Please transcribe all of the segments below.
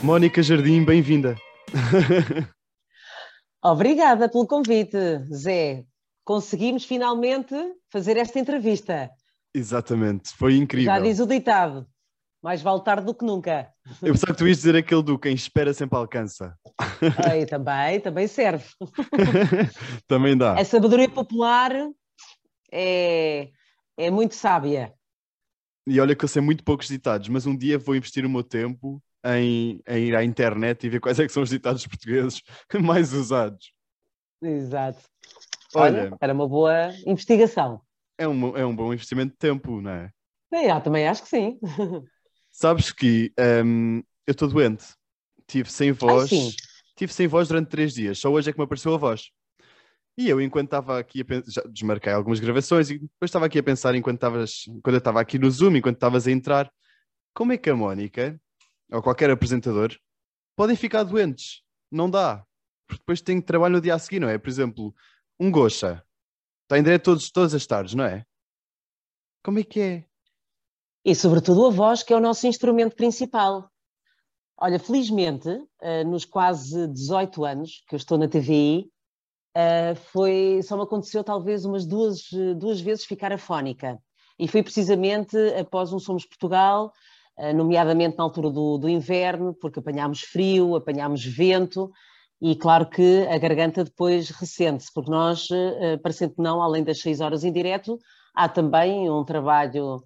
Mónica Jardim, bem-vinda. Obrigada pelo convite, Zé. Conseguimos finalmente fazer esta entrevista. Exatamente, foi Já incrível. diz o ditado, mais vale tarde do que nunca. Eu pensava que tu ias dizer aquele do quem espera sempre alcança. Aí também serve. Também A dá. sabedoria popular é, é muito sábia. E olha que eu sei muito poucos ditados, mas um dia vou investir o meu tempo em ir à internet e ver quais é que são os ditados portugueses mais usados. Exato. Olha, Olha, era uma boa investigação. é um bom investimento de tempo, não é? Eu também acho que sim. Sabes que eu estou doente. Tive sem Ai, sim. voz, tive sem voz durante 3 dias. Só hoje é que me apareceu a voz. E eu, enquanto estava aqui a pensar, já desmarquei algumas gravações e depois estava aqui a pensar quando eu estava aqui no Zoom, enquanto estavas a entrar, como é que a Mónica, ou qualquer apresentador, podem ficar doentes? Não dá. Porque depois tem trabalho no dia a seguir, não é? Por exemplo, um Gocha, está em direto todas as tardes, não é? Como é que é? E sobretudo a voz, que é o nosso instrumento principal. Olha, felizmente, nos quase 18 anos que eu estou na TVI, só me aconteceu talvez umas duas vezes ficar afónica. E foi precisamente após um Somos Portugal, nomeadamente na altura do inverno, porque apanhámos frio, apanhámos vento, e claro que a garganta depois ressente-se, porque nós, parecendo que não, além das 6 horas em direto, há também um trabalho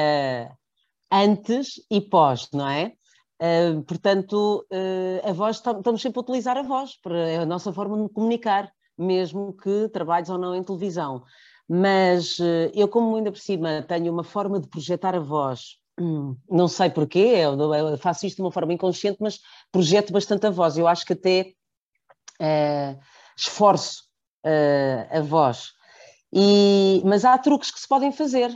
antes e pós, não é? Portanto, a voz, estamos sempre a utilizar a voz, é a nossa forma de comunicar, mesmo que trabalhes ou não em televisão. Mas eu, como ainda por cima tenho uma forma de projetar a voz, não sei porquê, eu faço isto de uma forma inconsciente, mas projeto bastante a voz. Eu acho que até esforço a voz. Mas há truques que se podem fazer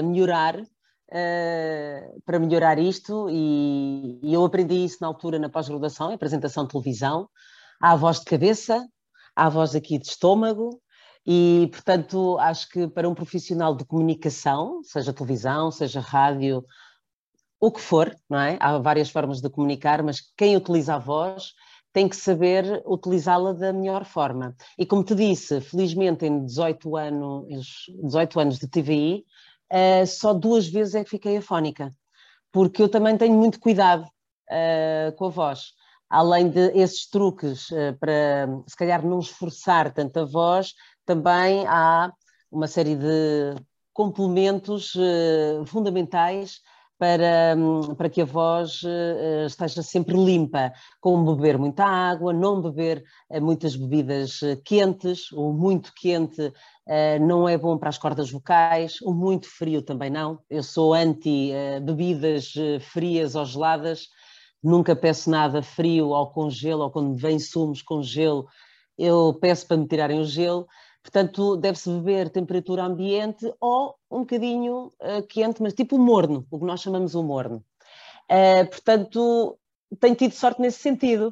para melhorar isto, e eu aprendi isso na altura na pós-graduação, em apresentação de televisão. Há a voz de cabeça, há a voz aqui de estômago, e portanto acho que para um profissional de comunicação, seja televisão, seja rádio, o que for, não é? Há várias formas de comunicar, mas quem utiliza a voz tem que saber utilizá-la da melhor forma. E como te disse, felizmente em 18 anos de TVI, só 2 vezes é que fiquei afónica, porque eu também tenho muito cuidado com a voz. Além de esses truques para, se calhar, não esforçar tanto a voz, também há uma série de complementos fundamentais para que a voz esteja sempre limpa, como beber muita água, não beber muitas bebidas quentes, ou muito quente não é bom para as cordas vocais, o muito frio também não. Eu sou anti bebidas frias ou geladas, nunca peço nada frio ou com gelo, ou quando vem sumos com gelo, eu peço para me tirarem o gelo. Portanto, deve-se beber temperatura ambiente ou um bocadinho quente, mas tipo o morno, o que nós chamamos o morno. Portanto, tenho tido sorte nesse sentido.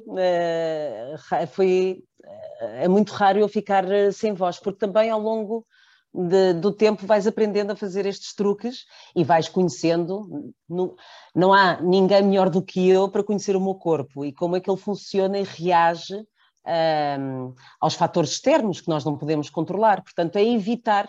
É muito raro eu ficar sem voz, porque também ao longo do tempo vais aprendendo a fazer estes truques e vais conhecendo. Não há ninguém melhor do que eu para conhecer o meu corpo e como é que ele funciona e reage aos fatores externos que nós não podemos controlar. Portanto, é evitar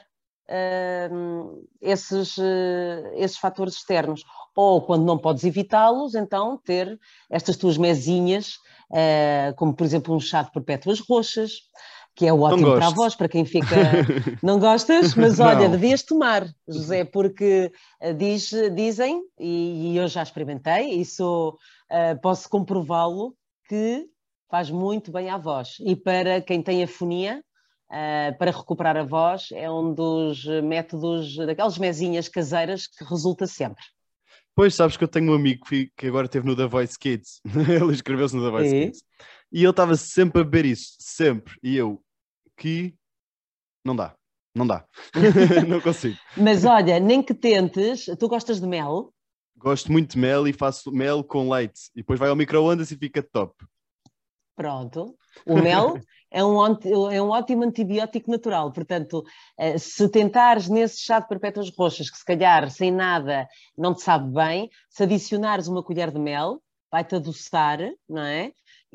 esses fatores externos. Ou, quando não podes evitá-los, então ter estas tuas mesinhas, como, por exemplo, um chá de perpétuas roxas, que é Não ótimo para a gosto. voz, para quem fica... Não gostas? Mas olha, Não. devias tomar, José, porque dizem, e eu já experimentei, posso comprová-lo, que faz muito bem à voz. E para quem tem afonia, para recuperar a voz, é um dos métodos, daquelas mesinhas caseiras que resulta sempre. Pois sabes que eu tenho um amigo que agora esteve no The Voice Kids. Ele inscreveu-se no The Voice E? Kids. E ele estava sempre a beber isso, sempre. E eu, que não dá, não dá. Não consigo. Mas olha, nem que tentes, tu gostas de mel? Gosto muito de mel e faço mel com leite. E depois vai ao micro-ondas e fica top. Pronto. O mel é um ótimo antibiótico natural, portanto, se tentares nesse chá de perpétuas roxas, que se calhar sem nada não te sabe bem, se adicionares uma colher de mel, vai-te adoçar, não é?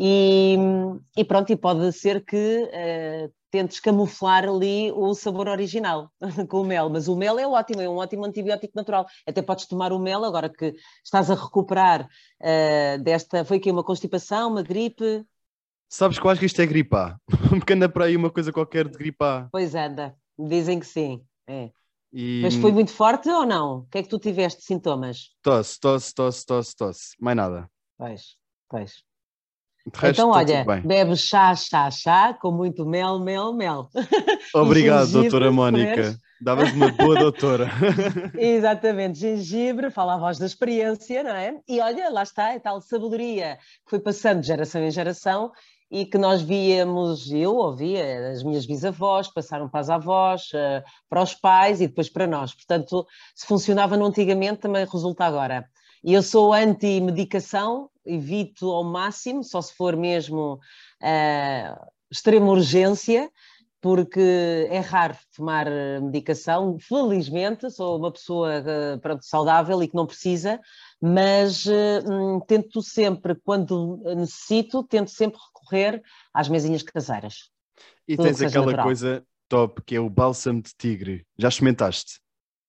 E pronto, e pode ser que tentes camuflar ali o sabor original com o mel, mas o mel é ótimo, é um ótimo antibiótico natural. Até podes tomar o mel agora que estás a recuperar desta, foi aqui uma constipação, uma gripe? Sabes que eu acho que isto é gripe A. Porque anda por aí uma coisa qualquer de gripe A. Pois anda, dizem que sim, é. Mas foi E muito forte ou não? O que é que tu tiveste de sintomas? tosse, tosse, tosse, tosse, tosse. Mais nada. Pois, pois. De resto Então, está tudo olha, bem. bebe chá, chá, chá, com muito mel, mel, mel. E Obrigado, doutora gengibre, se Mónica. puderes. Davas uma boa doutora. Exatamente, gengibre, fala a voz da experiência, não é? E olha, lá está, a tal sabedoria que foi passando de geração em geração e que nós víamos, eu ouvia, as minhas bisavós, que passaram para as avós, para os pais e depois para nós. Portanto, se funcionava no antigamente, também resulta agora. E eu sou anti-medicação, evito ao máximo, só se for mesmo extrema urgência, porque é raro tomar medicação. Felizmente, sou uma pessoa pronto, saudável e que não precisa, mas tento sempre, quando necessito, tento sempre recorrer às mesinhas caseiras. E Tudo o tens que seja aquela natural. coisa top que é o bálsamo de tigre. Já experimentaste?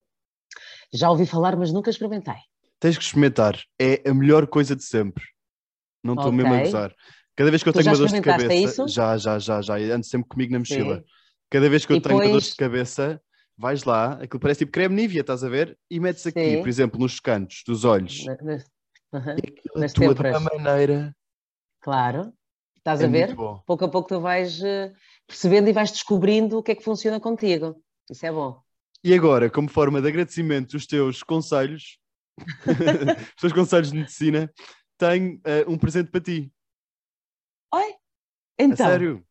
Já ouvi falar, mas nunca experimentei. Tens que experimentar. É a melhor coisa de sempre. Não estou Ok. mesmo a gozar. Cada vez que eu Tu tenho já uma dor de experimentaste, é cabeça, isso? já, e ando sempre comigo na mochila. Sim. Cada vez que eu E tenho uma dor de depois, cabeça, vais lá, aquilo parece tipo creme Nivea, estás a ver? E metes aqui, por sim, exemplo, nos cantos dos olhos. uhum, Aquilo nas atua de uma têmporas, maneira. claro. Estás É a muito ver? bom. Pouco a pouco tu vais percebendo e vais descobrindo o que é que funciona contigo. Isso é bom. E agora, como forma de agradecimento dos teus conselhos, os teus conselhos de medicina, tenho um presente para ti. Oi, A então, sério.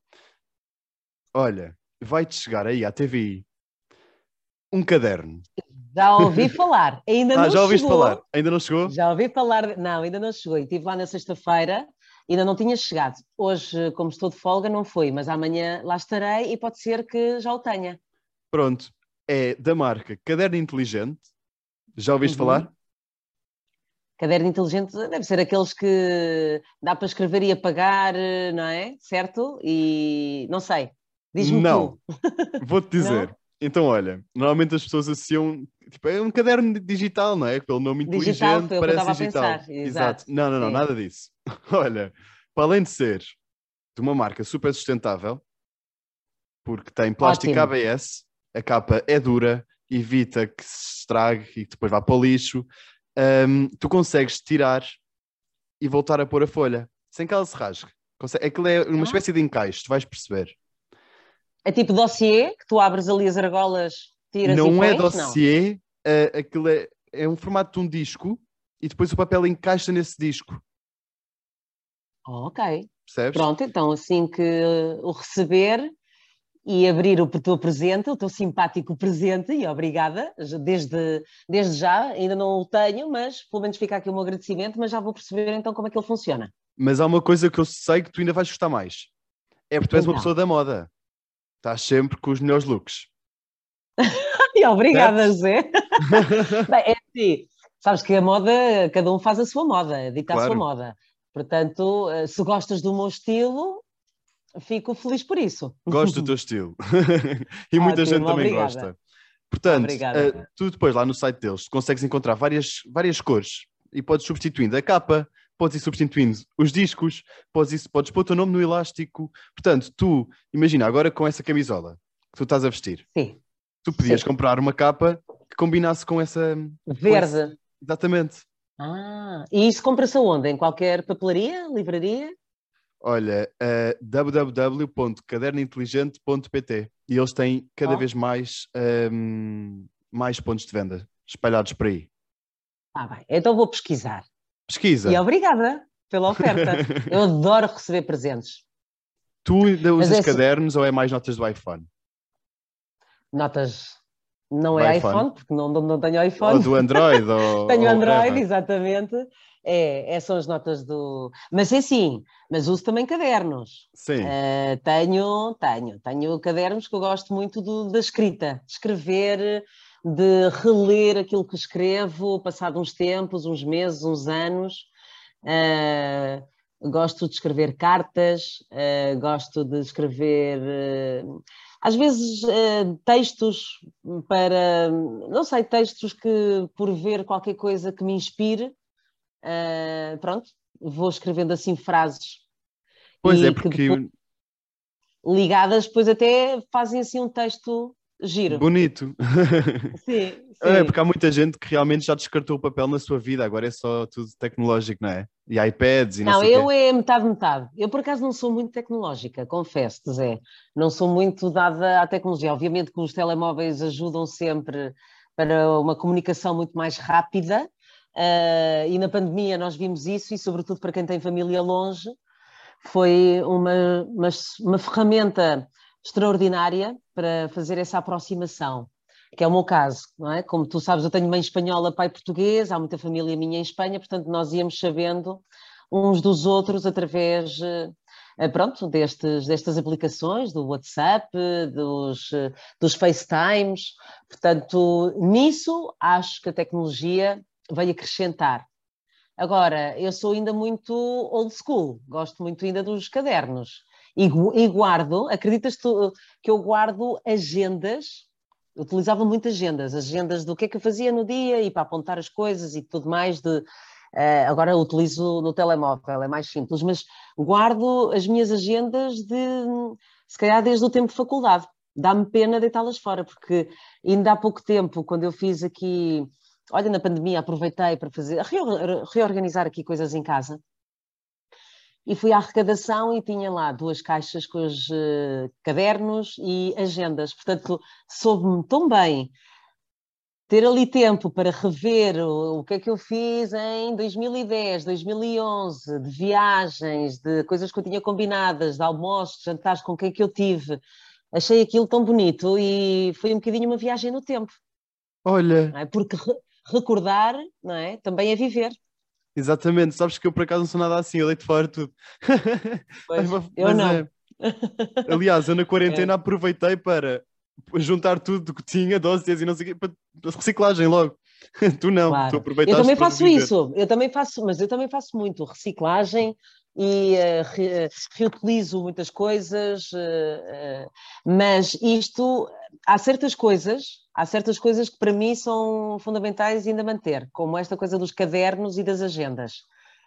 Olha, vai-te chegar aí à TVI um caderno. já ouvi falar, ainda Ah, não já ouviste falar? chegou, Ainda não chegou? já ouvi falar, não, ainda não chegou, e estive lá na sexta-feira, ainda não tinha chegado. Hoje, como estou de folga, não fui, mas amanhã lá estarei e pode ser que já o tenha. Pronto. É da marca Caderno Inteligente. Já ouviste Uhum. falar? Caderno inteligente deve ser aqueles que dá para escrever e apagar, não é? Certo? E não sei, diz-me Não. tu, Vou-te dizer. não? Então, olha, normalmente as pessoas associam, tipo, é um caderno digital, não é? Pelo nome Digital inteligente foi o que eu parece estava a digital. pensar, Exato. exato. Não, não, não, É. nada disso. Olha, para além de ser de uma marca super sustentável, porque tem plástico Ótimo. ABS, a capa é dura, evita que se estrague e que depois vá para o lixo, tu consegues tirar e voltar a pôr a folha, sem que ela se rasgue. Aquilo é uma Ah, espécie de encaixe, tu vais perceber. é tipo dossiê, que tu abres ali as argolas, tiras e Não é pões? Não. dossiê, aquilo é um formato de um disco e depois o papel encaixa nesse disco, Oh, ok. percebes? Pronto, então assim que o receber e abrir o teu presente, o teu simpático presente, e obrigada, desde já, ainda não o tenho, mas pelo menos fica aqui o meu agradecimento, mas já vou perceber então como é que ele funciona. Mas há uma coisa que eu sei que tu ainda vais gostar mais. É porque tu és uma pessoa Então, da moda. Estás sempre com os melhores looks. e obrigada, Certo? José. Bem, é assim, sabes que a moda, cada um faz a sua moda, dita a sua Claro. moda. Portanto, se gostas do meu estilo, fico feliz por isso. Gosto do teu estilo. E muita gente Ótimo, também obrigada. gosta. Portanto, Obrigada. tu depois lá no site deles consegues encontrar várias cores e podes substituindo a capa, podes ir substituindo os discos, podes pôr o teu nome no elástico. Portanto, tu, imagina, agora com essa camisola que tu estás a vestir, Sim, tu podias sim. comprar uma capa que combinasse com com esse. Verde. Exatamente. E isso compra-se aonde? Em qualquer papelaria, livraria? Olha, www.cadernointeligente.pt e eles têm cada Oh, vez mais pontos de venda espalhados por aí. bem. Então vou pesquisar. E Pesquisa. obrigada pela oferta. Eu adoro receber presentes. Tu ainda Mas é usas assim, cadernos ou é mais notas do iPhone? notas, não Do é iPhone? iPhone, porque não tenho Ou iPhone. do Android Tenho ou Android, whatever? exatamente. São as notas do. Mas é assim, mas uso também cadernos. Sim. Tenho cadernos que eu gosto muito da escrita, de escrever, de reler aquilo que escrevo, passado uns tempos, uns meses, uns anos. Gosto de escrever cartas, gosto de escrever, às vezes, textos para, não sei, textos que por ver qualquer coisa que me inspire, pronto, vou escrevendo assim frases Pois é, e que depois, porque ligadas, depois até fazem assim um texto giro. bonito. Sim, É, sim. porque há muita gente que realmente já descartou o papel na sua vida, agora é só tudo tecnológico, não é? E iPads e não Não, sei o quê. eu é metade, metade. Eu, por acaso, não sou muito tecnológica, confesso, Zé. Não sou muito dada à tecnologia. Obviamente que os telemóveis ajudam sempre para uma comunicação muito mais rápida, e na pandemia nós vimos isso, e sobretudo para quem tem família longe, foi uma ferramenta extraordinária para fazer essa aproximação, que é o meu caso, não é? Como tu sabes, eu tenho mãe espanhola, pai português, há muita família minha em Espanha, portanto nós íamos sabendo uns dos outros através, pronto, destas aplicações, do WhatsApp, dos FaceTimes. Portanto, nisso acho que a tecnologia veio acrescentar. Agora, eu sou ainda muito old school, gosto muito ainda dos cadernos e guardo, acreditas tu que eu guardo agendas, utilizava muito agendas do que é que eu fazia no dia e para apontar as coisas e tudo mais. Agora eu utilizo no telemóvel, é mais simples, mas guardo as minhas agendas se calhar desde o tempo de faculdade. Dá-me pena deitá-las fora, porque ainda há pouco tempo, quando eu fiz aqui. Olha, na pandemia aproveitei para reorganizar aqui coisas em casa e fui à arrecadação e tinha lá 2 caixas com os cadernos e agendas. Portanto, soube-me tão bem ter ali tempo para rever o que é que eu fiz em 2010, 2011, de viagens, de coisas que eu tinha combinadas, de almoços, jantares com quem é que eu tive. Achei aquilo tão bonito e foi um bocadinho uma viagem no tempo, Olha, não é? Porque recordar, não é? Também é viver. exatamente, sabes que eu por acaso não sou nada assim, eu deito fora tudo. Pois, eu Mas não. é, aliás, eu na É, quarentena aproveitei para juntar tudo que tinha, dossiês e não sei o quê, para reciclagem logo. Tu não, tu claro. Eu aproveitaste também para faço viver. isso, mas eu também faço muito reciclagem e reutilizo muitas coisas, mas há certas coisas que para mim são fundamentais ainda manter, como esta coisa dos cadernos e das agendas.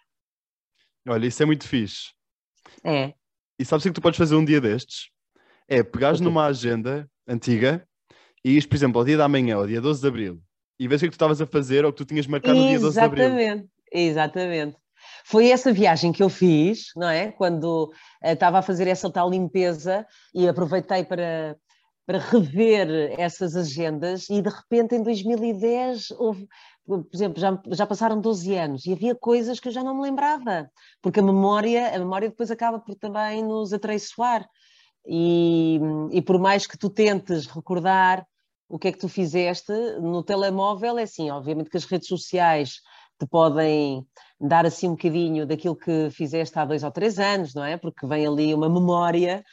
Olha, isso é muito fixe. É, E sabes o que tu podes fazer um dia destes? É o pegares quê? numa agenda antiga e ires, por exemplo, ao dia da manhã, ao dia 12 de Abril, e vês o que é que tu estavas a fazer ou o que tu tinhas marcado no dia 12 de Abril. Exatamente, exatamente. Foi essa viagem que eu fiz, não é? Quando estava a fazer essa tal limpeza e aproveitei para rever essas agendas e de repente em 2010 houve, por exemplo, já passaram 12 anos e havia coisas que eu já não me lembrava, porque a memória depois acaba por também nos atraiçoar e, e por mais que tu tentes recordar o que é que tu fizeste no telemóvel, é assim, obviamente que as redes sociais te podem dar assim um bocadinho daquilo que fizeste há 2 ou 3 anos, não é? Porque vem ali uma memória,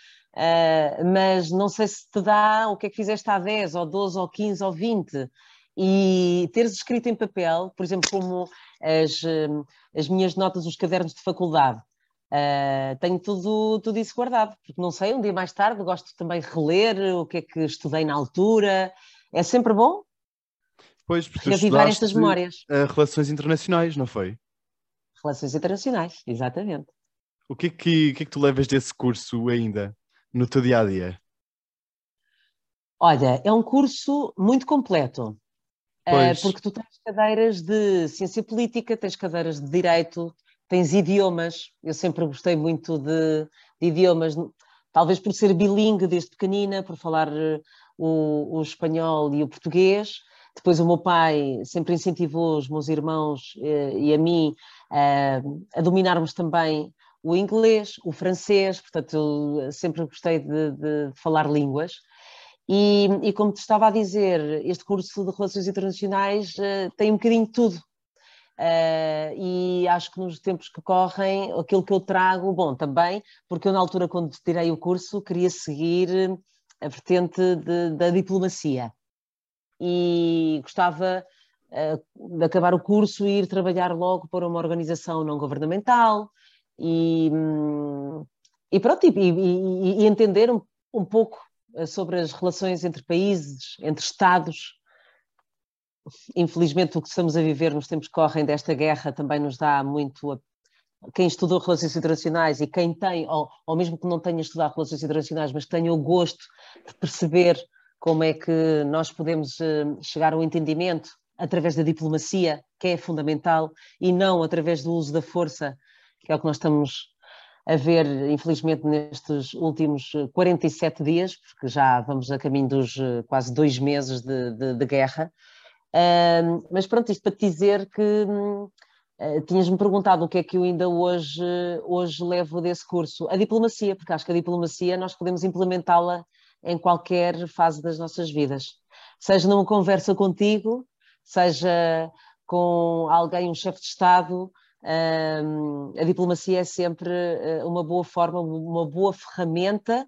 mas não sei se te dá o que é que fizeste há 10 ou 12 ou 15 ou 20. E teres escrito em papel, por exemplo, como as minhas notas, os cadernos de faculdade, tenho tudo isso guardado, porque não sei, um dia mais tarde gosto também de reler o que é que estudei na altura. É sempre bom Pois, porque tu reavivar estas estudaste memórias. relações internacionais, não foi? Relações internacionais, exatamente. O que é que tu levas desse curso ainda no teu dia a dia? Olha, é um curso muito completo, Pois, porque tu tens cadeiras de ciência política, tens cadeiras de direito, tens idiomas. Eu sempre gostei muito de idiomas, talvez por ser bilingue desde pequenina, por falar o espanhol e o português. Depois o meu pai sempre incentivou os meus irmãos e a mim a dominarmos também o inglês, o francês, portanto eu sempre gostei de falar línguas. E como te estava a dizer, este curso de Relações Internacionais tem um bocadinho de tudo. E acho que nos tempos que correm, aquilo que eu trago, bom, também, porque eu na altura, quando tirei o curso, queria seguir a vertente da diplomacia e gostava de acabar o curso e ir trabalhar logo para uma organização não governamental e pronto, e entender um pouco sobre as relações entre países, entre Estados. Infelizmente o que estamos a viver nos tempos que correm desta guerra também nos dá muito quem estudou relações internacionais e quem tem, ou mesmo que não tenha estudado relações internacionais, mas tenha o gosto de perceber como é que nós podemos chegar ao entendimento através da diplomacia, que é fundamental, e não através do uso da força, que é o que nós estamos a ver, infelizmente, nestes últimos 47 dias, porque já vamos a caminho dos quase 2 meses de guerra. Mas pronto, isto para te dizer que tinhas-me perguntado o que é que eu ainda hoje levo desse curso. A diplomacia, porque acho que a diplomacia nós podemos implementá-la em qualquer fase das nossas vidas. Seja numa conversa contigo, seja com alguém, um chefe de Estado, a diplomacia é sempre uma boa forma, uma boa ferramenta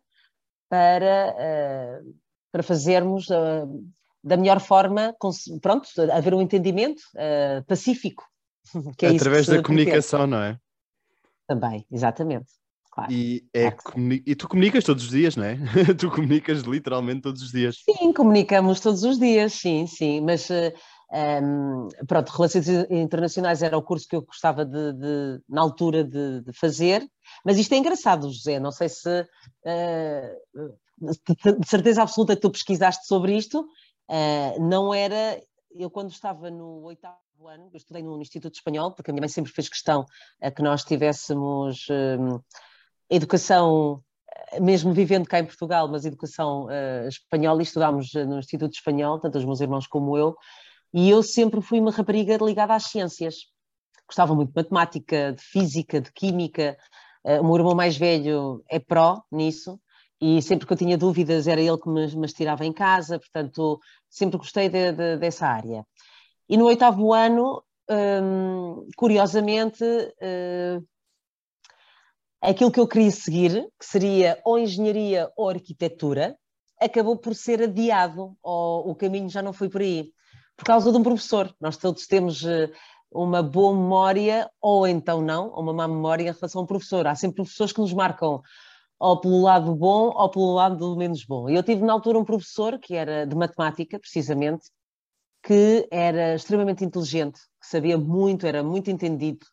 para fazermos da melhor forma, pronto, haver um entendimento pacífico, que é isso Através que da se comunicação, pretende. não é? Também, exatamente. Claro. E tu comunicas todos os dias, não é? Tu comunicas literalmente todos os dias. Sim, comunicamos todos os dias, sim, mas pronto, Relações Internacionais era o curso que eu gostava na altura de fazer, mas isto é engraçado, José, não sei se de certeza absoluta que tu pesquisaste sobre isto, não era, eu quando estava no 8º ano, eu estudei no Instituto Espanhol, porque a minha mãe sempre fez questão a que nós tivéssemos educação, mesmo vivendo cá em Portugal, mas educação espanhola, e estudámos no Instituto Espanhol, tanto os meus irmãos como eu, e eu sempre fui uma rapariga ligada às ciências. Gostava muito de matemática, de física, de química. O meu irmão mais velho é pró nisso, e sempre que eu tinha dúvidas era ele que me tirava em casa, portanto, sempre gostei dessa área. E no 8º ano, curiosamente, aquilo que eu queria seguir, que seria ou engenharia ou arquitetura, acabou por ser adiado, ou o caminho já não foi por aí, por causa de um professor. Nós todos temos uma boa memória, ou então não, ou uma má memória em relação a um professor. Há sempre professores que nos marcam ou pelo lado bom ou pelo lado menos bom. Eu tive na altura um professor que era de matemática, precisamente, que era extremamente inteligente, que sabia muito, era muito entendido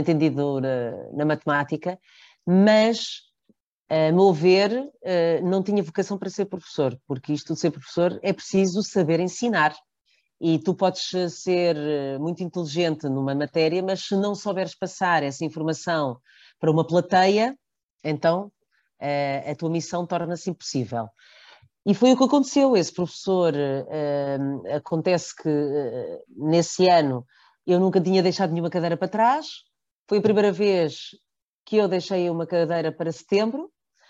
na matemática, mas, a meu ver, não tinha vocação para ser professor, porque isto de ser professor é preciso saber ensinar. E tu podes ser muito inteligente numa matéria, mas se não souberes passar essa informação para uma plateia, então a tua missão torna-se impossível. E foi o que aconteceu. Esse professor, acontece que nesse ano eu nunca tinha deixado nenhuma cadeira para trás. Foi a primeira vez que eu deixei uma cadeira para setembro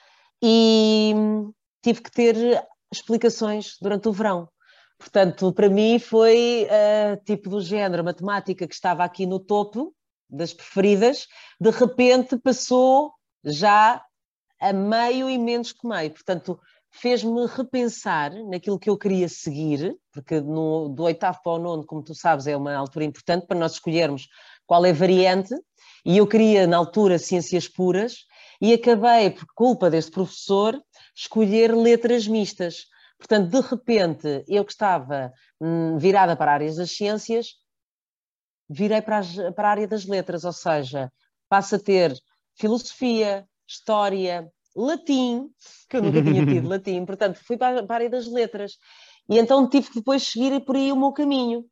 e tive que ter explicações durante o verão. Portanto, para mim foi tipo do género, a matemática que estava aqui no topo das preferidas, de repente passou já a meio e menos que meio. Portanto, fez-me repensar naquilo que eu queria seguir, porque do 8º para o 9º, como tu sabes, é uma altura importante para nós escolhermos qual é a variante, e eu queria, na altura, ciências puras, e acabei, por culpa deste professor, escolher letras mistas. Portanto, de repente, eu que estava virada para áreas das ciências, virei para a área das letras, ou seja, passo a ter filosofia, história, latim, que eu nunca tinha tido latim, portanto fui para a área das letras. E então tive que depois seguir por aí o meu caminho.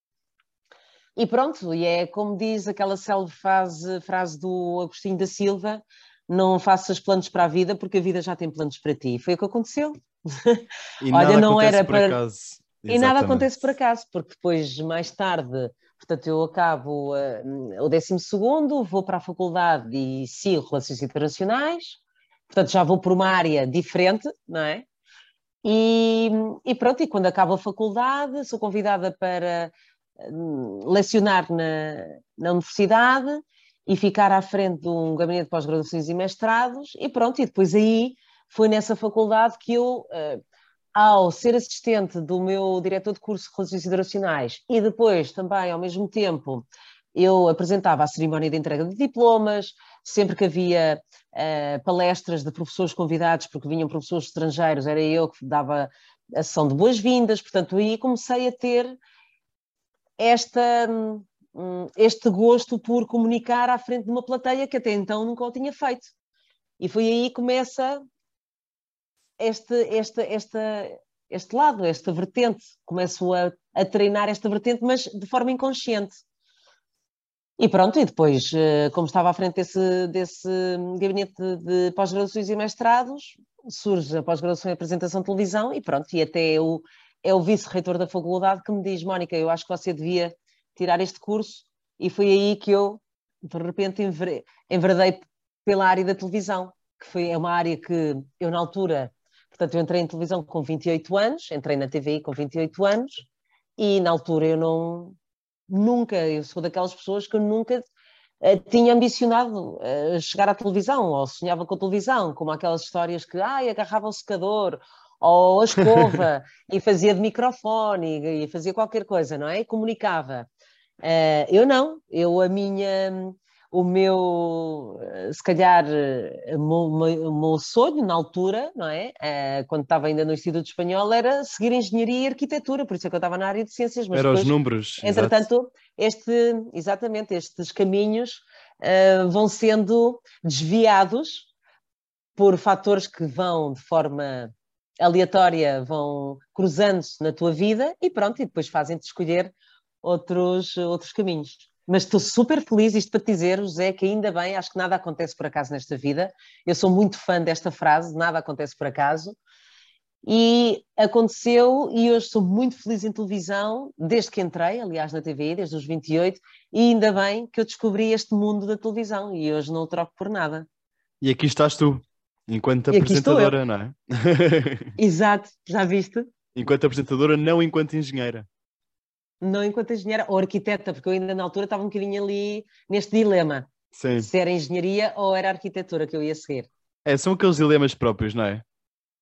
E pronto, e é como diz aquela célebre frase do Agostinho da Silva: não faças planos para a vida porque a vida já tem planos para ti. Foi o que aconteceu. E Olha, nada não acontece era por para... acaso. E nada Exatamente. acontece por acaso, porque depois, mais tarde, portanto, eu acabo o 12º, vou para a faculdade e sigo Relações Internacionais, portanto, já vou por uma área diferente, não é? E pronto, e quando acabo a faculdade, sou convidada para lecionar na universidade e ficar à frente de um gabinete de pós-graduações e mestrados, e pronto, e depois aí foi nessa faculdade que eu ao ser assistente do meu diretor de curso de Relações Internacionais e depois também, ao mesmo tempo, eu apresentava a cerimónia de entrega de diplomas, sempre que havia palestras de professores convidados, porque vinham professores estrangeiros, era eu que dava a sessão de boas-vindas, portanto, aí comecei a ter este gosto por comunicar à frente de uma plateia que até então nunca o tinha feito. E foi aí que começa este lado, esta vertente. Começo a treinar esta vertente, mas de forma inconsciente. E pronto, e depois, como estava à frente desse gabinete de pós-graduações e mestrados, surge a pós-graduação em apresentação de televisão e pronto, e até é o vice-reitor da faculdade que me diz: Mónica, eu acho que você devia tirar este curso, e foi aí que eu, de repente, enveredei pela área da televisão, que é uma área que eu, na altura, portanto, eu entrei em televisão com 28 anos, entrei na TVI com 28 anos, e na altura eu sou daquelas pessoas que eu nunca tinha ambicionado chegar à televisão, ou sonhava com a televisão, como aquelas histórias que agarrava o secador, ou a escova, e fazia de microfone, e fazia qualquer coisa, não é? E comunicava. Eu não, o meu, se calhar, o meu sonho na altura, não é? Quando estava ainda no Instituto Espanhol, era seguir engenharia e arquitetura, por isso é que eu estava na área de ciências, mas Era os depois, números, exato. entretanto, exatamente, estes caminhos vão sendo desviados por fatores que vão de forma aleatória, vão cruzando-se na tua vida e pronto, e depois fazem-te escolher outros caminhos. Mas estou super feliz, isto para te dizer, José, que ainda bem, acho que nada acontece por acaso nesta vida. Eu sou muito fã desta frase, nada acontece por acaso. E aconteceu, e hoje sou muito feliz em televisão, desde que entrei, aliás, na TVI, desde os 28, e ainda bem que eu descobri este mundo da televisão, e hoje não o troco por nada. E aqui estás tu, enquanto E aqui estou eu. apresentadora, não é? Exato, já viste? Enquanto apresentadora, não enquanto engenheira. Não enquanto engenheira ou arquiteta, porque eu ainda na altura estava um bocadinho ali neste dilema, Sim. se era engenharia ou era arquitetura que eu ia seguir. São aqueles dilemas próprios, não é?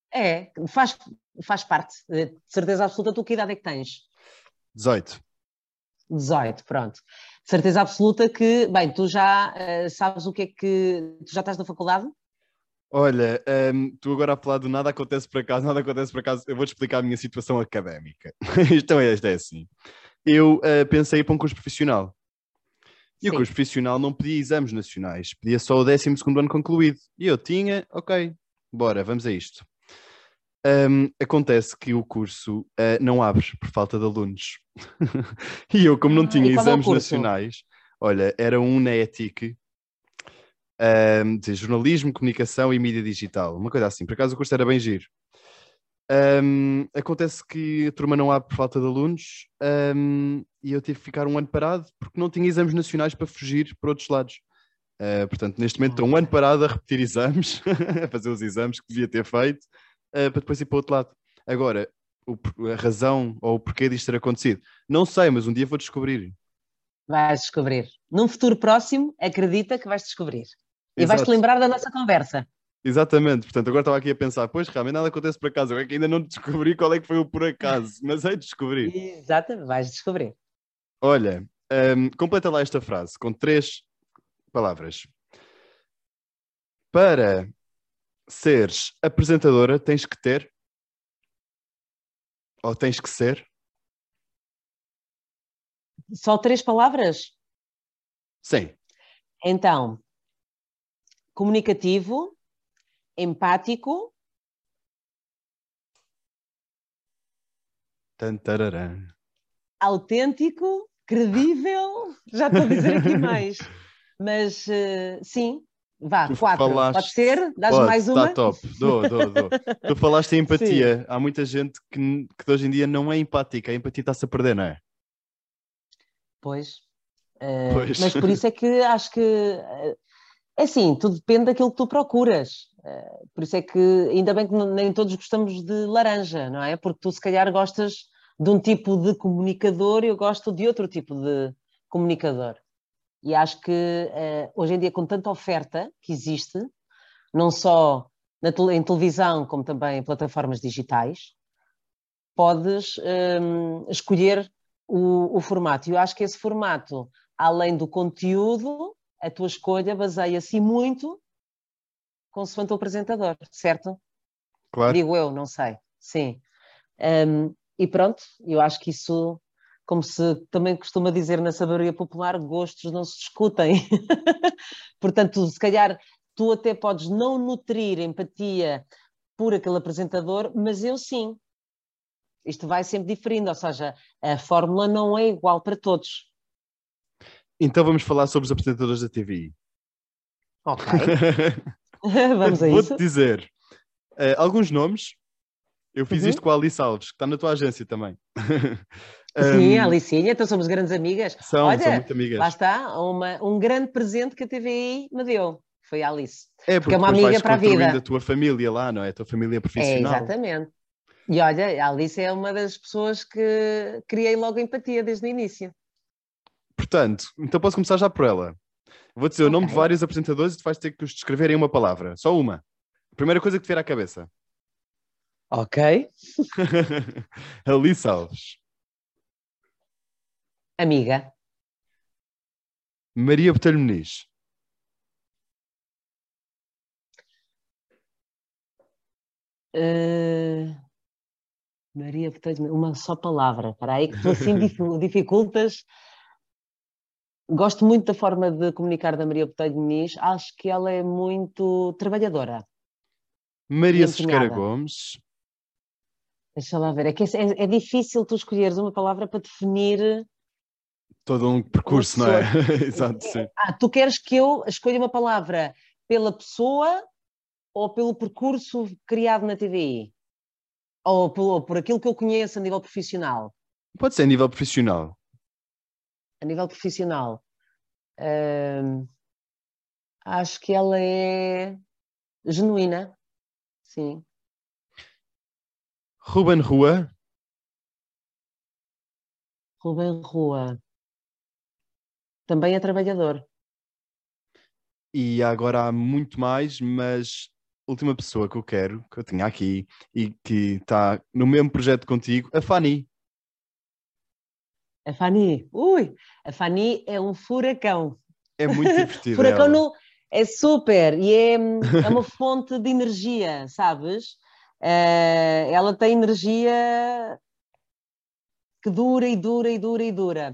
Faz parte. De certeza absoluta, tu que idade é que tens? 18. 18, pronto. De certeza absoluta que, bem, tu já sabes o que é que... Tu já estás na faculdade? Olha, tu agora a falar do nada acontece por acaso, nada acontece por acaso, eu vou-te explicar a minha situação académica. Isto é assim. Eu pensei para um curso profissional. E o Sim. curso profissional não pedia exames nacionais, pedia só o 12º ano concluído. E eu tinha, ok, bora, vamos a isto. Acontece que o curso não abre por falta de alunos. E eu, como não tinha E qual é o exames curso? nacionais, olha, era um na ETIC, jornalismo, comunicação e mídia digital, uma coisa assim. Por acaso o curso era bem giro. Acontece que a turma não abre por falta de alunos, e eu tive que ficar um ano parado porque não tinha exames nacionais para fugir para outros lados. Portanto, neste momento estou um ano parado a repetir exames, a fazer os exames que devia ter feito, para depois ir para o outro lado. Agora, a razão ou o porquê disto ter acontecido, não sei, mas um dia vou descobrir. Vais descobrir. Num futuro próximo, acredita que vais descobrir. E vais-te Exato. lembrar da nossa conversa. Exatamente, portanto, agora estava aqui a pensar, pois realmente nada acontece por acaso, agora que ainda não descobri qual é que foi o por acaso, mas hei de descobrir. Exato, vais descobrir. Olha, completa lá esta frase com 3 palavras. Para seres apresentadora, tens que ter, ou tens que ser. Só 3 palavras? Sim. Então, comunicativo, empático. Tantararã. Autêntico, credível, já estou a dizer aqui mais. Mas sim, vá, Tu 4. Pode falaste, ser? Dás pode, mais está uma? top, dou. Tu falaste em Sim. empatia. Há muita gente que de hoje em dia não é empática, a empatia está-se a perder, não é? Pois. Pois. Mas por isso é que acho que é assim, tudo depende daquilo que tu procuras. Por isso é que ainda bem que nem todos gostamos de laranja, não é? Porque tu se calhar gostas de um tipo de comunicador e eu gosto de outro tipo de comunicador. E acho que hoje em dia, com tanta oferta que existe, não só em televisão, como também em plataformas digitais, podes escolher o formato. E eu acho que esse formato, além do conteúdo, a tua escolha baseia-se muito consoante o apresentador, certo? Claro. Digo eu, não sei. Sim. E pronto, eu acho que isso, como se também costuma dizer na sabedoria popular, gostos não se discutem. Portanto, se calhar tu até podes não nutrir empatia por aquele apresentador, mas eu sim. Isto vai sempre diferindo, ou seja, a fórmula não é igual para todos. Então vamos falar sobre os apresentadores da TVI. Ok, vamos a Vou-te isso. dizer alguns nomes. Eu fiz isto Uhum. com a Alice Alves, que está na tua agência também. Sim, a Um, Alicinha, então somos grandes amigas. são Olha, muito lá amigas. está, um grande presente que a TVI me deu. Foi a Alice. É, Porque é porque uma depois amiga vais para a construindo a vida. tua família lá, não é? A tua família É, profissional. exatamente. E olha, a Alice é uma das pessoas que criei logo empatia desde o início. Portanto, então posso começar já por ela. Vou dizer o Ok, nome de vários apresentadores e tu vais ter que os descrever em uma palavra. Só uma. A primeira coisa que te vier à cabeça. ok. Alice Alves. Amiga. Maria Botelho Muniz. Uh, Maria Botelho, uma só palavra. Para aí que tu assim dificultas. Gosto muito da forma de comunicar da Maria Botelho de Muniz. Acho que ela é muito trabalhadora e Maria Cesqueira empenhada. Gomes. Deixa lá ver. É que é difícil tu escolheres uma palavra para definir Todo um uma percurso, não é? pessoa. Exato, sim. Tu queres que eu escolha uma palavra pela pessoa ou pelo percurso criado na TVI? Ou por aquilo que eu conheço a nível profissional? Pode ser a nível profissional. A nível profissional, hum, acho que ela é genuína, sim. Ruben Rua. Rubem Rua, também é trabalhador. E agora há muito mais, mas a última pessoa que eu quero, que eu tinha aqui e que está no mesmo projeto contigo, a Fanny. A a Fanny é um furacão. É muito divertida Furacão ela. no, é super e é uma fonte de energia, sabes? Ela tem energia que dura e dura e dura e dura.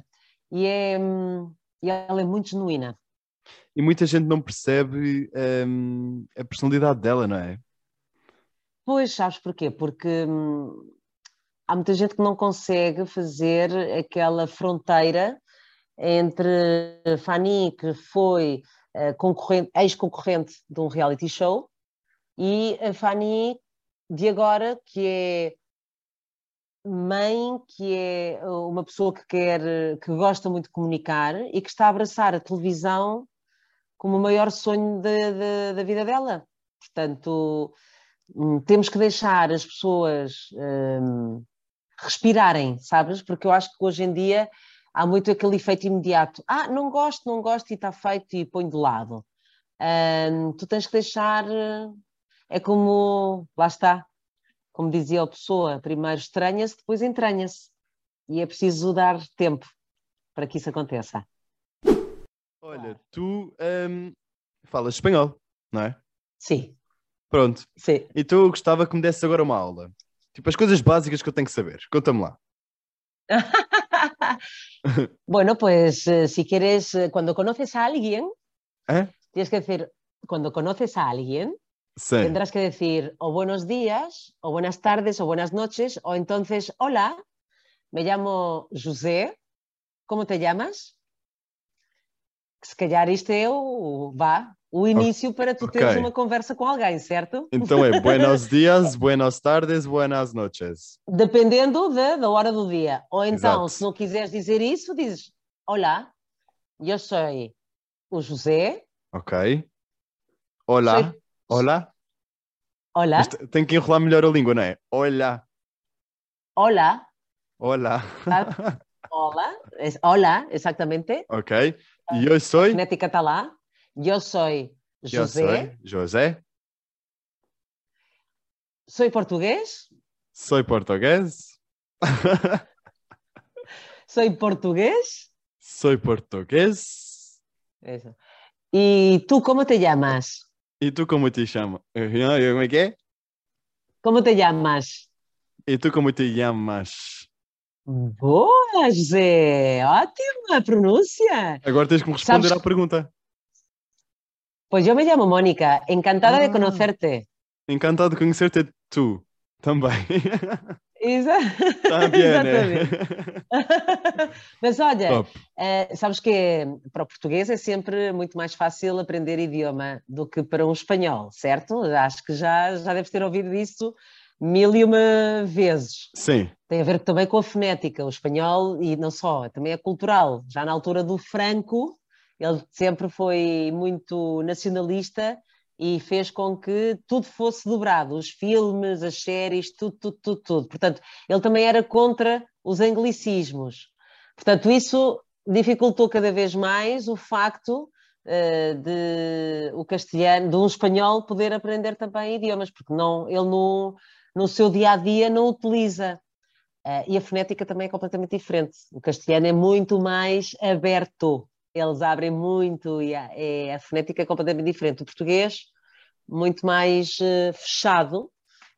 E ela é muito genuína. E muita gente não percebe a personalidade dela, não é? Pois, sabes porquê? Porque há muita gente que não consegue fazer aquela fronteira entre a Fanny, que foi ex-concorrente de um reality show, e a Fanny de agora, que é mãe, que é uma pessoa que gosta muito de comunicar e que está a abraçar a televisão como o maior sonho da vida dela. Portanto, temos que deixar as pessoas respirarem, sabes? Porque eu acho que hoje em dia há muito aquele efeito imediato. Não gosto, não gosto e está feito e põe de lado. Tu tens que deixar. É como. Lá está. Como dizia a pessoa, primeiro estranha-se, depois entranha-se. E é preciso dar tempo para que isso aconteça. Olha, tu falas espanhol, não é? Sim, Pronto. sim. Então eu gostava que me desse agora uma aula. Tipo, as coisas básicas que eu tenho que saber. Conta-me lá. Bueno, pues si quieres, cuando conoces a alguien, É? tienes que decir, cuando conoces a alguien, Sim. tendrás que decir o buenos días, o buenas tardes, o buenas noches, o entonces, hola, me llamo José, ¿cómo te llamas? Se calhar isto é o O- início para tu ok. teres uma conversa com alguém, certo? Então é buenos dias, buenas tardes, buenas noches. Dependendo da hora do dia. Ou então, se Exato. não quiseres dizer isso, dizes, olá, eu sou o José, Ok. sou, Olá. Olá. Mas olá, tenho que enrolar melhor a língua, não é? Olá. olá, Olá. ¿sabes? Hola, hola, exactamente. Ok. E eu A sou? fonética está lá. Eu sou Eu sou José, José. sou português, Sou português. Soy portugués. Soy português. Eso. ¿Y tú cómo te llamas? E tu como te chama? Como é que é? ¿Cómo te llamas? E tu como te llamas? Boa, José! Ótima pronúncia! Agora tens que me responder Sabes, à pergunta. pues yo me llamo Mónica, encantada de Ah, conocerte. encantado de conhecer-te tu também. Exa- Está bem, né? Exatamente. Mas olha, Top. sabes que para o português é sempre muito mais fácil aprender idioma do que para um espanhol, certo? Acho que já deves ter ouvido isso mil e uma vezes. Sim. Tem a ver também com a fonética, o espanhol, e não só, também é cultural. Já na altura do Franco, ele sempre foi muito nacionalista e fez com que tudo fosse dobrado, os filmes, as séries, tudo, tudo, tudo, tudo. Portanto, ele também era contra os anglicismos. Portanto, isso dificultou cada vez mais o facto de o castelhano, de um espanhol poder aprender também idiomas, porque não, ele no seu dia a dia não utiliza. E a fonética também é completamente diferente. O castelhano é muito mais aberto, eles abrem muito e a fonética é completamente diferente. O português, muito mais fechado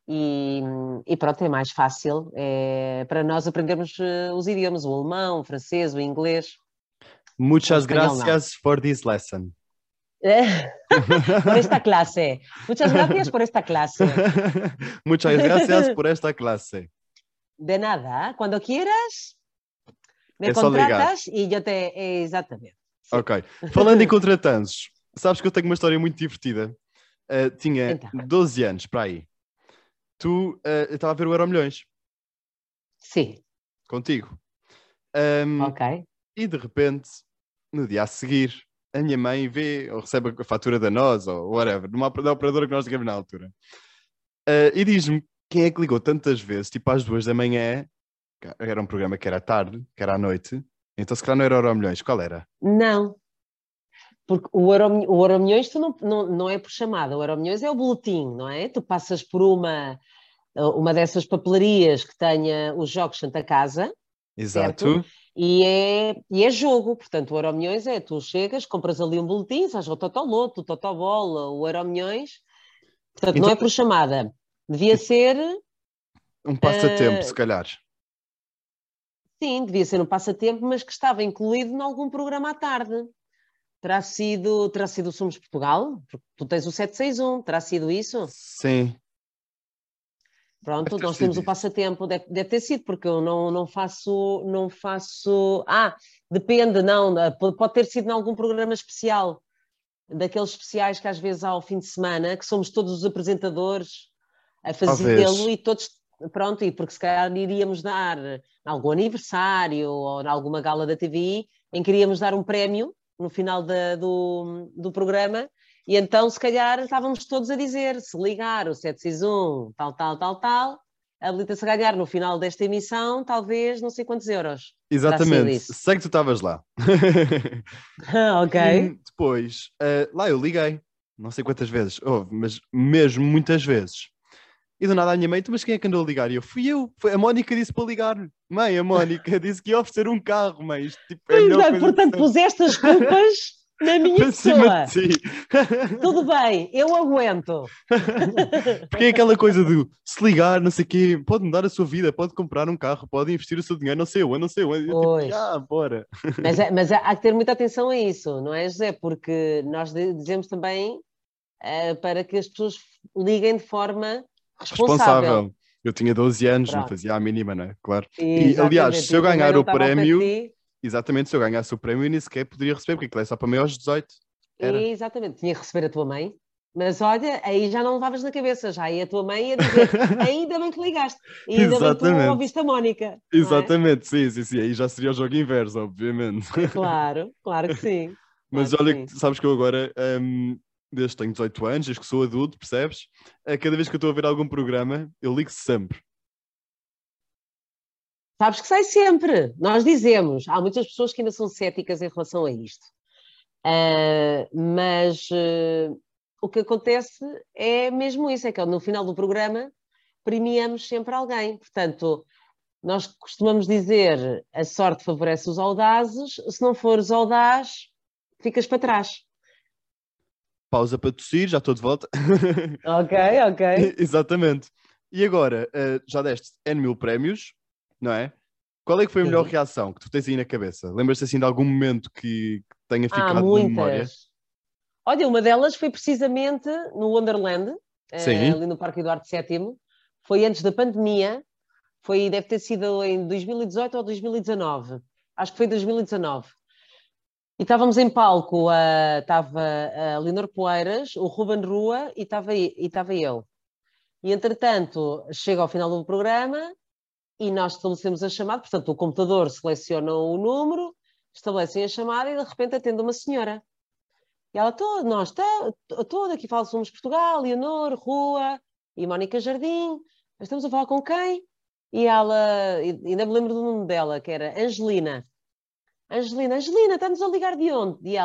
e pronto, é mais fácil para nós aprendermos os idiomas, o alemão, o francês, o inglês, o Muchas espanhol não. gracias for this lesson. Por esta clase. Muchas gracias por esta clase. Muchas gracias por esta clase. De nada, cuando quieras, me É só ligar. contratas e eu te... Exatamente. Sim. Ok. Falando em contratantes, sabes que eu tenho uma história muito divertida. Tinha Então. 12 anos para aí. Eu estava a ver o Euromilhões Sim. contigo. Ok. E de repente, no dia a seguir, a minha mãe vê ou recebe a fatura da nós ou whatever, da operadora que nós tínhamos na altura. E diz-me quem é que ligou tantas vezes, tipo às 2 da manhã, era um programa que era à tarde, que era à noite, então se calhar não era Euromilhões, qual era? Não. Porque o Euromilhões tu não é por chamada, o Euromilhões é o boletim, não é? Tu passas por uma dessas papelarias que tenha os jogos Santa Casa, certo? Exato. E é jogo, portanto o Euromilhões é, tu chegas, compras ali um boletim, faz o Totoloto, o Totobola, o Euromilhões, portanto Então, não é por chamada, devia ser... um passatempo, se calhar. Sim, devia ser um passatempo, mas que estava incluído em algum programa à tarde. Terá sido o Somos Portugal? Porque tu tens o 761, terá sido isso? Sim. Pronto, Deve ter nós temos sido o isso. passatempo, deve ter sido, porque eu não faço... depende, não, pode ter sido em algum programa especial, daqueles especiais que às vezes há ao fim de semana, que somos todos os apresentadores a fazê-lo Talvez. e todos, pronto, e porque se calhar iríamos dar em algum aniversário ou em alguma gala da TV, em que iríamos dar um prémio no final do programa, e então se calhar estávamos todos a dizer, se ligar o 761, tal, tal, tal, tal, habilita-se a ganhar no final desta emissão, talvez não sei quantos euros. Terá sido Exatamente. isso. Sei que tu estavas lá. Ok. E depois, lá eu liguei. Não sei quantas vezes, mas mesmo muitas vezes. E do nada a minha mãe, mas quem é que andou a ligar? E eu, fui eu. A Mónica disse para ligar. Mãe, a Mónica disse que ia oferecer um carro, mãe. Isto tipo, é a melhor Exato, coisa de portanto, sempre. puseste as culpas na minha Para cima de pessoa. ti. Tudo bem, eu aguento. Porque é aquela coisa de se ligar, não sei o quê, pode mudar a sua vida, pode comprar um carro, pode investir o seu dinheiro, não sei onde, não sei onde. Eu, tipo, Pois. bora. Mas há que ter muita atenção a isso, não é, José? Porque nós dizemos também para que as pessoas liguem de forma responsável. Responsável. Eu tinha 12 anos, não Pronto. fazia a mínima, não é? Claro. E, aliás, Exatamente. se eu Eu também ganhar não o estava ao pé de prémio, ti. exatamente, se eu ganhasse o prémio, eu nem sequer poderia receber, porque aquilo é só para maiores de 18. Era. Exatamente. Tinha que receber a tua mãe. Mas olha, aí já não levavas na cabeça, já ia a tua mãe a dizer ainda bem que ligaste, e ainda bem que tu Exatamente. ouviste a Mónica, não é? Exatamente, sim, sim, sim. Aí já seria o jogo inverso, obviamente. Claro, claro que sim. Claro Mas que olha, que sim. sabes que eu agora, desde que tenho 18 anos, desde que sou adulto, percebes? Cada vez que eu estou a ver algum programa, eu ligo sempre. Sabes que sai sempre. Nós dizemos, há muitas pessoas que ainda são céticas em relação a isto. Mas o que acontece é mesmo isso, é que no final do programa premiamos sempre alguém. Portanto, Nós costumamos dizer a sorte favorece os audazes, se não fores audaz, ficas para trás. Pausa para tossir, já estou de volta. Ok, ok. Exatamente. E agora, já deste N mil prémios, não é? Qual é que foi a melhor Sim. reação que tu tens aí na cabeça? Lembras-te assim de algum momento que tenha Há ficado na memória? muitas. Olha, uma delas foi precisamente no Wonderland, Sim. ali no Parque Eduardo VII. Foi antes da pandemia. Deve ter sido em 2018 ou 2019. Acho que foi 2019. E estávamos em palco, estava a Leonor Poeiras, o Ruben Rua e estava eu. E, entretanto, chega ao final do programa e nós estabelecemos a chamada, portanto, o computador seleciona o número, estabelecem a chamada e, de repente, atende uma senhora. E ela, toda, aqui fala Somos Portugal, Leonor, Rua e Mónica Jardim. Estamos a falar com quem? E ela, ainda me lembro do nome dela, que era Angelina. Angelina, está-nos a ligar de onde? E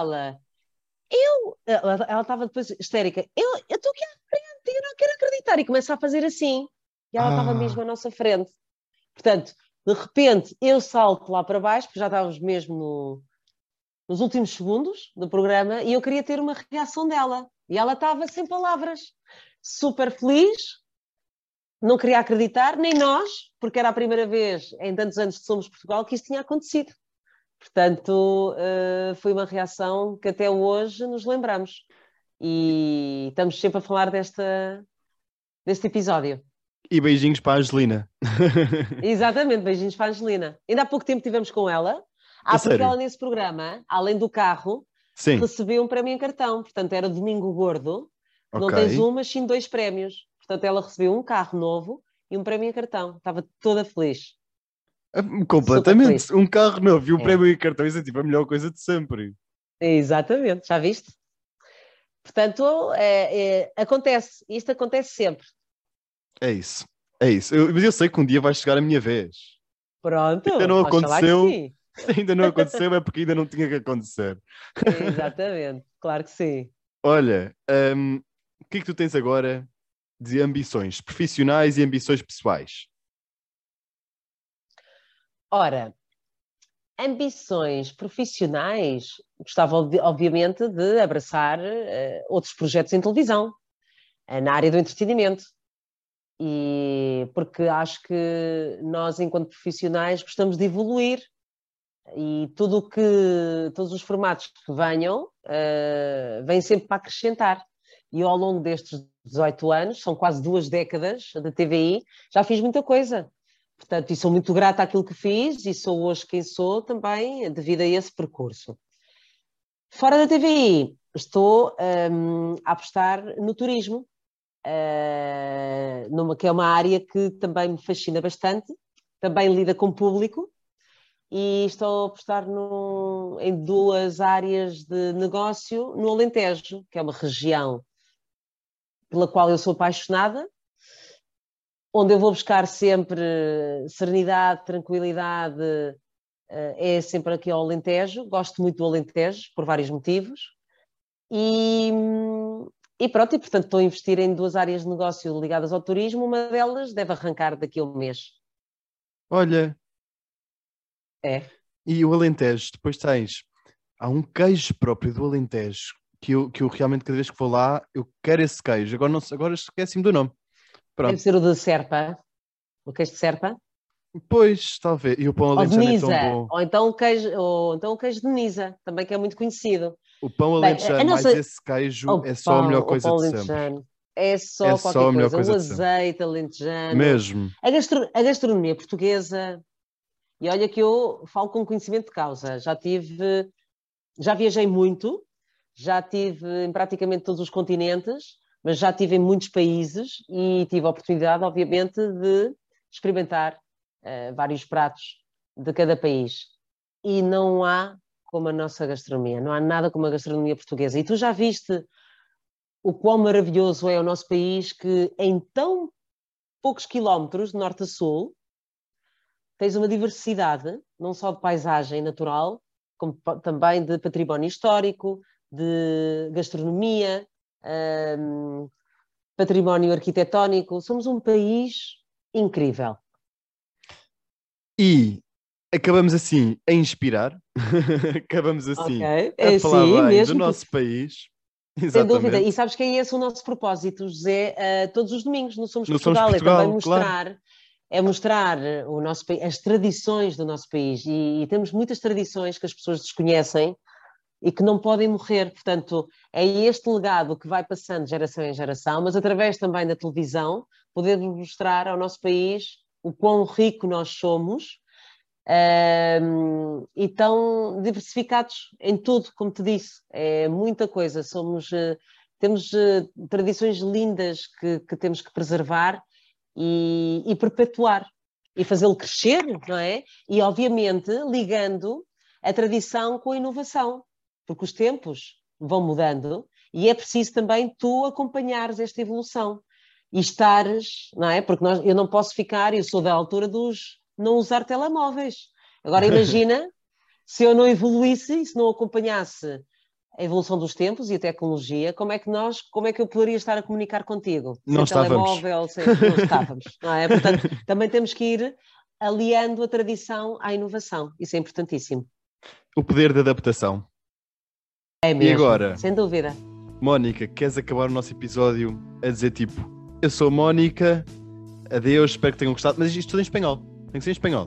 ela estava depois histérica. Eu estou aqui à frente, eu não quero acreditar. E começa a fazer assim. E ela estava mesmo Ah, à nossa frente. Portanto, de repente, eu salto lá para baixo, porque já estávamos mesmo nos últimos segundos do programa, e eu queria ter uma reação dela. E ela estava sem palavras. Super feliz, não queria acreditar, nem nós, porque era a primeira vez em tantos anos que somos Portugal que isso tinha acontecido. Portanto, foi uma reação que até hoje nos lembramos. E estamos sempre a falar deste episódio. e beijinhos para a Angelina. Exatamente, beijinhos para a Angelina. Ainda há pouco tempo estivemos com ela. A Porque ela sério? nesse programa, além do carro, Sim. recebeu um prémio em cartão. Portanto, era Domingo Gordo, que não Ok. tens um, mas sim dois prémios. Portanto, ela recebeu um carro novo e um prémio em cartão. Estava toda feliz. Super Completamente. feliz. Um carro novo e um É, prémio em cartão, isso é tipo a melhor coisa de sempre. exatamente, já viste? Portanto, acontece. Isto acontece sempre. É isso. É isso. Mas eu sei que um dia vai chegar a minha vez. Ainda Pronto, não oxalá que aconteceu. sim. Se ainda não aconteceu, é porque ainda não tinha que acontecer. Exatamente, claro que sim. Olha, o que é que tu tens agora de ambições profissionais e ambições pessoais? Ora, ambições profissionais, gostava obviamente de abraçar outros projetos em televisão, na área do entretenimento. E porque acho que nós, enquanto profissionais, gostamos de evoluir e todos os formatos que venham, vêm sempre para acrescentar. E eu, ao longo destes 18 anos, são quase 2 décadas de TVI, já fiz muita coisa. Portanto, e sou muito grata àquilo que fiz e sou hoje quem sou também devido a esse percurso. Fora da TVI, estou a apostar no turismo, que é uma área que também me fascina bastante, também lida com o público, e estou a apostar em duas áreas de negócio no Alentejo, que é uma região pela qual eu sou apaixonada, onde eu vou buscar sempre serenidade, tranquilidade, é sempre aqui ao Alentejo. Gosto muito do Alentejo, por vários motivos. E, e pronto, e portanto estou a investir em duas áreas de negócio ligadas ao turismo. Uma delas deve arrancar daqui a um mês. Olha, É. e o Alentejo, depois tens. Há um queijo próprio do Alentejo que eu realmente, cada vez que vou lá, eu quero esse queijo. Agora, não, agora esqueci-me do nome. Deve Pronto. ser o de Serpa, o queijo de Serpa. Pois, talvez. E o pão Ou de alentejano é tão Nisa, bom. ou então o queijo de Nisa, também que é muito conhecido. O pão Bem, a alentejano mais nossa. esse queijo O é só a melhor pão, o coisa pão de sempre. alentejano, é É só só qualquer a melhor coisa. O coisa de sempre. azeite alentejano, Mesmo. a gastronomia portuguesa. E olha que eu falo com conhecimento de causa. Já viajei muito, já tive em praticamente todos os continentes, mas já tive em muitos países e tive a oportunidade, obviamente, de experimentar vários pratos de cada país. E não há como a nossa gastronomia, não há nada como a gastronomia portuguesa. E tu já viste o quão maravilhoso é o nosso país, que em tão poucos quilómetros, de norte a sul, tens uma diversidade, não só de paisagem natural, como também de património histórico, de gastronomia, um, património arquitetónico. Somos um país incrível. E acabamos assim a inspirar, acabamos assim Ok, a falar sim, bem do mesmo. nosso país. Sem dúvida. Exatamente. E sabes que é esse o nosso propósito, José, todos os domingos no Somos Não somos Portugal, é também Portugal, claro. mostrar, é mostrar o nosso, as tradições do nosso país. E temos muitas tradições que as pessoas desconhecem e que não podem morrer. Portanto, é este legado que vai passando de geração em geração, mas através também da televisão, podemos mostrar ao nosso país o quão rico nós somos, e tão diversificados em tudo, como te disse. É muita coisa. Temos tradições lindas que temos que preservar e perpetuar e fazê-lo crescer, não é? E, obviamente, ligando a tradição com a inovação, porque os tempos vão mudando e é preciso também tu acompanhares esta evolução e estares, não é? Porque eu não posso ficar, eu sou da altura dos não usar telemóveis. Agora imagina se eu não evoluísse e se não acompanhasse a evolução dos tempos e a tecnologia, como é que eu poderia estar a comunicar contigo? Não Sem estávamos. telemóvel, não estávamos, não é? Portanto, também temos que ir aliando a tradição à inovação. Isso é importantíssimo. O poder da adaptação. É E mesmo, agora, sem dúvida. Mónica, queres acabar o nosso episódio a dizer tipo, eu sou a Mónica, adeus, espero que tenham gostado, mas isto tudo em espanhol, tem que ser em espanhol.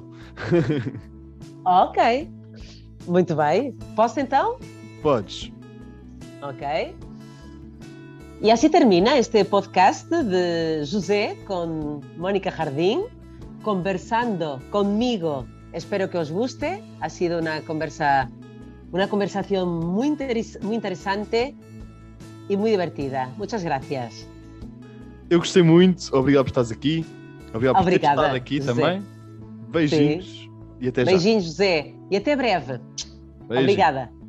Ok, muito bem. Posso então? Podes. Ok. Y así termina este podcast de José con Mónica Jardín, conversando conmigo. Espero que os guste. Ha sido una conversación muy interesante y muy divertida. Muchas gracias. Eu gostei muito, obrigado por estares aqui, obrigado por teres Obrigada, estado aqui José. também. Beijinhos e até já. Beijinhos, José. E até breve. Beijinho. Obrigada.